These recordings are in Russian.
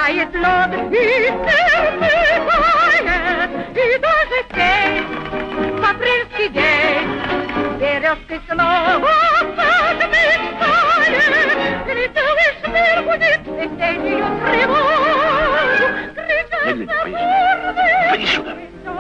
тает лед, и сердце тает, и даже тень, в апрельский день, березкой снова подмечает, и целый мир будет весеннюю тревогу кричать. Поди сюда.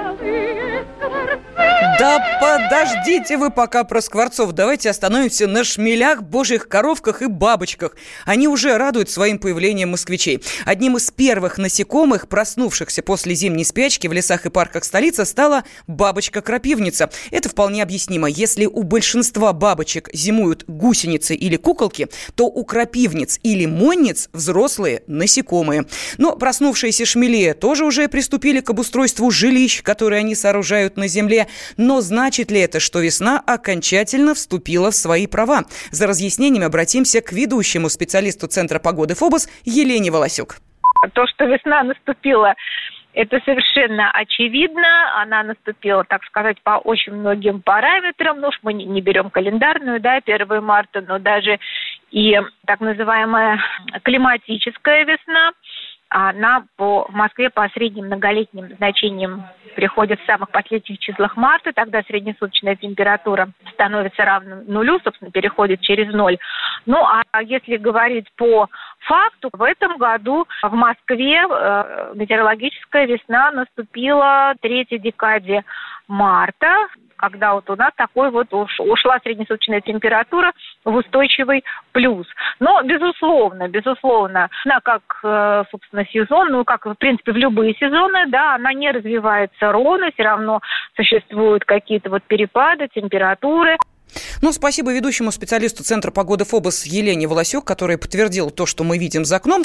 Да подождите вы пока про скворцов. Давайте остановимся на шмелях, божьих коровках и бабочках. Они уже радуют своим появлением москвичей. Одним из первых насекомых, проснувшихся после зимней спячки в лесах и парках столицы, стала бабочка-крапивница. Это вполне объяснимо. Если у большинства бабочек зимуют гусеницы или куколки, то у крапивниц или монниц взрослые насекомые. Но проснувшиеся шмели тоже уже приступили к обустройству жилищ, которые они сооружают на земле. Но значит ли это, что весна окончательно вступила в свои права? За разъяснениями обратимся к ведущему специалисту Центра погоды ФОБОС Елене Волосюк. То, что весна наступила, это совершенно очевидно. Она наступила, так сказать, по очень многим параметрам. Ну уж мы не берем календарную, 1 марта, но даже и так называемая климатическая весна. Она в Москве по средним многолетним значениям приходит в самых последних числах марта, тогда среднесуточная температура становится равной нулю, собственно, переходит через ноль. Ну, а если говорить по факту, в этом году в Москве метеорологическая весна наступила в третьей декаде марта, когда вот у нас такой вот ушла среднесуточная температура в устойчивый плюс. Но, безусловно, она как, собственно, сезон, ну, как, в принципе, в любые сезоны, да, она не развивается ровно, все равно существуют какие-то вот перепады температуры. Ну, спасибо ведущему специалисту Центра погоды ФОБОС Елене Волосюк, которая подтвердила то, что мы видим за окном.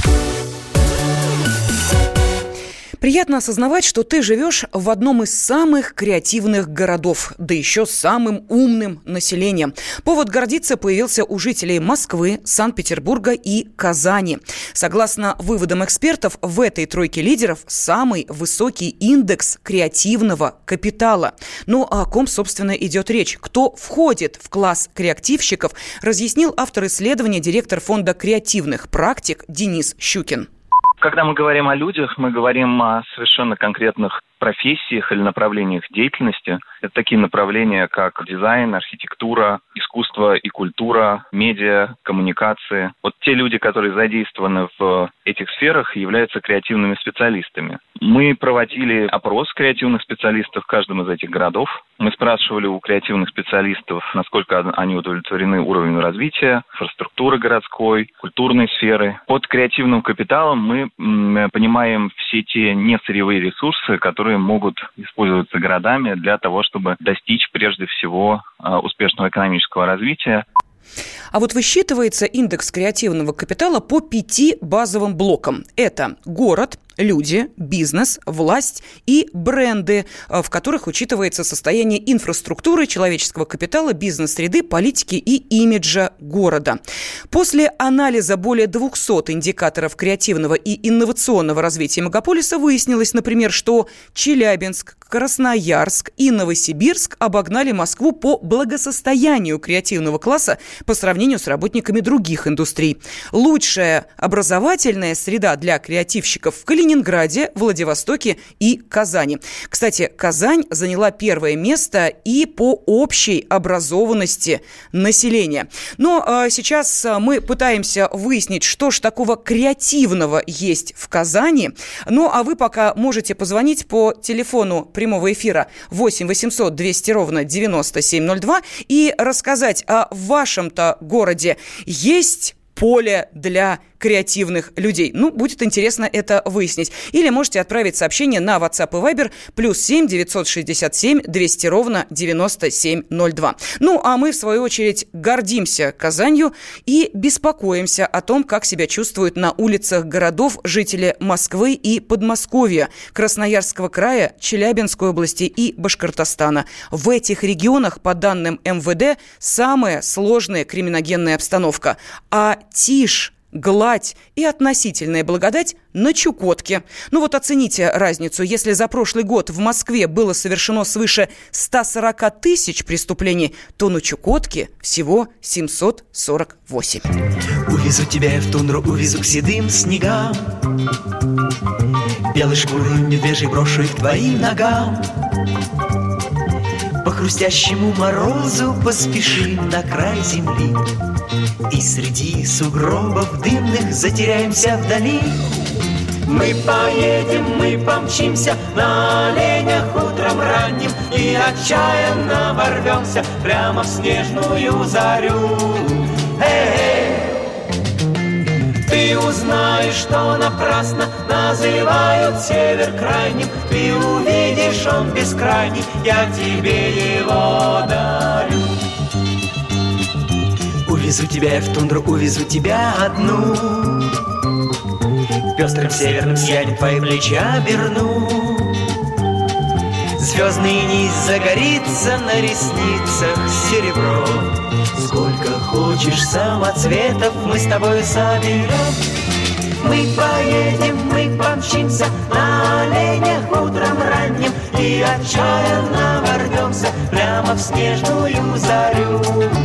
Приятно осознавать, что ты живешь в одном из самых креативных городов, да еще с самым умным населением. Повод гордиться появился у жителей Москвы, Санкт-Петербурга и Казани. Согласно выводам экспертов, в этой тройке лидеров самый высокий индекс креативного капитала. Ну, а о ком, собственно, идет речь? Кто входит в класс креативщиков, разъяснил автор исследования, директор фонда креативных практик Денис Щукин. Когда мы говорим о людях, мы говорим о совершенно конкретных профессиях или направлениях деятельности. Это такие направления, как дизайн, архитектура, искусство и культура, медиа, коммуникации. Вот те люди, которые задействованы в этих сферах, являются креативными специалистами. Мы проводили опрос креативных специалистов в каждом из этих городов. Мы спрашивали у креативных специалистов, насколько они удовлетворены уровнем развития, инфраструктуры городской, культурной сферы. Под креативным капиталом мы понимаем все те несырьевые ресурсы, которые могут использоваться городами для того, чтобы достичь прежде всего успешного экономического развития. А вот высчитывается индекс креативного капитала по 5 базовым блокам. Это город, люди, бизнес, власть и бренды, в которых учитывается состояние инфраструктуры, человеческого капитала, бизнес-среды, политики и имиджа города. После анализа более 200 индикаторов креативного и инновационного развития мегаполиса выяснилось, например, что Челябинск, Красноярск и Новосибирск обогнали Москву по благосостоянию креативного класса по сравнению с работниками других индустрий. Лучшая образовательная среда для креативщиков в Калининграде, Владивостоке и Казани. Кстати, Казань заняла первое место и по общей образованности населения. Но сейчас мы пытаемся выяснить, что ж такого креативного есть в Казани. Ну, а вы пока можете позвонить по телефону прямого эфира 8 800 200 ровно 9702 и рассказать, а в вашем-то городе есть поле для креативных людей. Ну, будет интересно это выяснить. Или можете отправить сообщение на WhatsApp и Viber +7 967 200 ровно 9702. Ну, а мы, в свою очередь, гордимся Казанью и беспокоимся о том, как себя чувствуют на улицах городов жители Москвы и Подмосковья, Красноярского края, Челябинской области и Башкортостана. В этих регионах, по данным МВД, самая сложная криминогенная обстановка. А тишь гладь и относительная благодать на Чукотке. Ну вот оцените разницу. Если за прошлый год в Москве было совершено свыше 140 тысяч преступлений, то на Чукотке всего 748. Увезу тебя я в тундру, увезу к седым снегам, белой шкуры медвежьей брошу их к твоим ногам. По хрустящему морозу поспешим на край земли, и среди сугробов дымных затеряемся вдали. Мы поедем, мы помчимся на оленях утром ранним, и отчаянно ворвемся прямо в снежную зарю. Ты узнаешь, что напрасно называют север крайним. Ты увидишь, он бескрайний, я тебе его дарю. Увезу тебя я в тундру, увезу тебя одну, пестрым северным сиянием твои плечи оберну. Звездный низ загорится на ресницах серебро. Сколько хочешь самоцветов мы с тобой соберем. Мы поедем, мы помчимся на оленях утром ранним, и отчаянно ворвемся прямо в снежную зарю.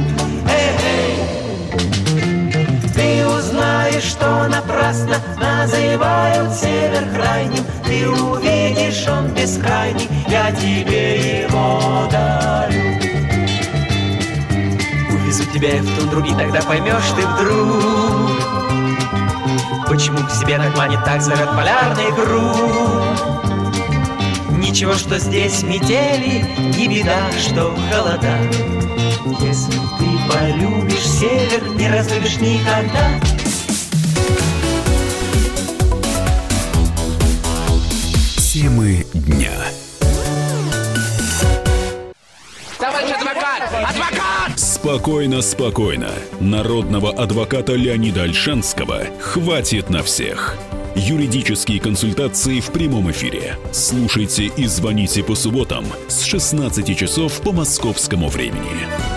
Ты узнаешь, что напрасно называют север крайним. Ты увидишь, он бескрайний, я тебе его дарю. Увезу тебя я в тундру, и тогда поймешь ты вдруг, почему к себе так манит, так зовет полярный круг. Ничего, что здесь метели, не беда, что холода. Если ты полюбишь север, не разлюбишь никогда. Темы дня. Товарищ адвокат! Адвокат! Спокойно, спокойно. Народного адвоката Леонида Ольшанского хватит на всех. Юридические консультации в прямом эфире. Слушайте и звоните по субботам с 16 часов по московскому времени.